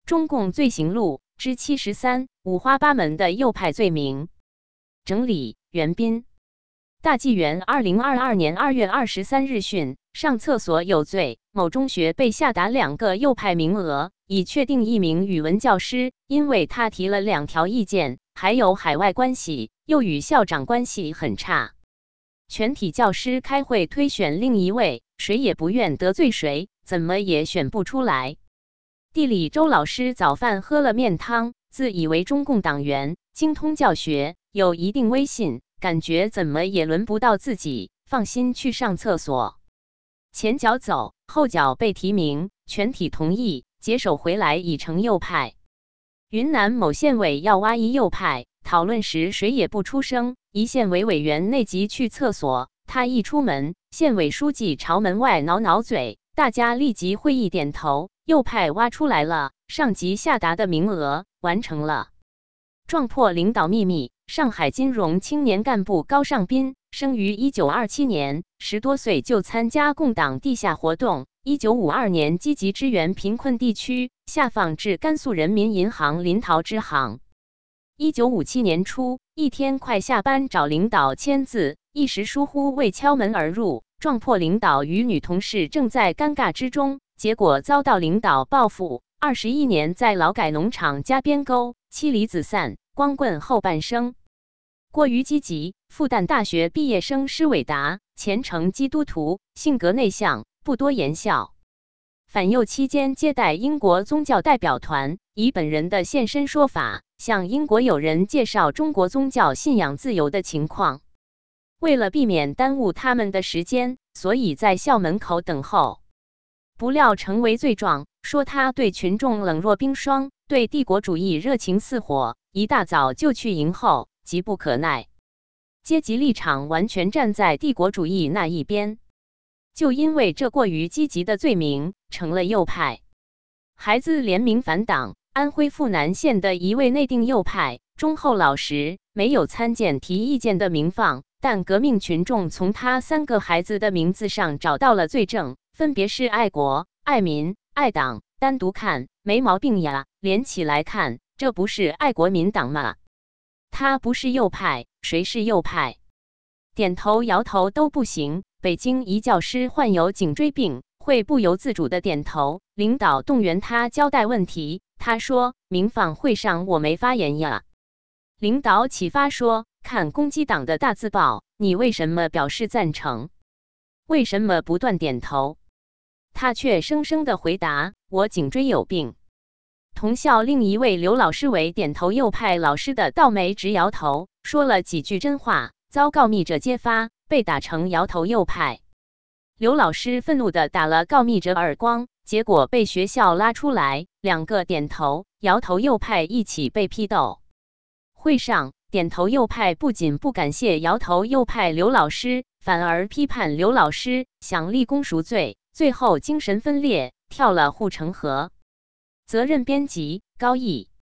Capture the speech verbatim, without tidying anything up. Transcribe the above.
中共罪行录之七十三，五花八门的右派罪名。整理：袁斌。大纪元二零二二年二月二十三日讯，上厕所有罪，某中学被下达两个右派名额，以确定一名语文教师，因为他提了两条意见，还有海外关系，又与校长关系很差。全体教师开会推选另一位，谁也不愿得罪谁，怎么也选不出来。地理周老师早饭喝了面汤，自以为中共党员，精通教学，有一定威信，感觉怎么也轮不到自己，放心去上厕所。前脚走，后脚被提名，全体同意，解手回来已成右派。云南某县委要挖一右派，讨论时谁也不出声，一县委委员内急去厕所，他一出门，县委书记朝门外挠挠嘴，大家立即会意点头，右派挖出来了，上级下达的名额完成了。撞破领导秘密，上海金融青年干部高尚斌，生于一九二七年，十多岁就参加共党地下活动，一九五二年积极支援贫困地区，下放至甘肃人民银行临洮支行。一九五七年初，一天快下班找领导签字，一时疏忽未敲门而入，撞破领导与女同事正在尴尬之中，结果遭到领导报复。二十一年在劳改农场加边沟，妻离子散，光棍后半生。过于积极，复旦大学毕业生施伟达，虔诚基督徒，性格内向，不多言笑。反右期间接待英国宗教代表团，以本人的现身说法，向英国友人介绍中国宗教信仰自由的情况。为了避免耽误他们的时间，所以在校门口等候。不料成为罪状，说他对群众冷若冰霜，对帝国主义热情似火，一大早就去迎候，急不可耐。阶级立场完全站在帝国主义那一边。就因为这过于积极的罪名，成了右派。孩子联名反党，安徽阜南县的一位内定右派，忠厚老实，没有参见提意见的名放，但革命群众从他三个孩子的名字上找到了罪证，分别是爱国、爱民、爱党。单独看没毛病呀，连起来看，这不是爱国民党吗？他不是右派，谁是右派？点头摇头都不行。北京一教师患有颈椎病，会不由自主的点头。领导动员他交代问题，他说：“民放会上我没发言呀。”领导启发说：“看攻击党的大字报，你为什么表示赞成？为什么不断点头？”他却生生的回答：“我颈椎有病。”同校另一位刘老师为点头右派老师的倒霉直摇头，说了几句真话，遭告密者揭发，被打成摇头右派。刘老师愤怒地打了告密者耳光，结果被学校拉出来，两个点头、摇头右派一起被批斗。会上，点头右派不仅不感谢摇头右派刘老师，反而批判刘老师，想立功赎罪，最后精神分裂，跳了护城河。责任编辑：高毅。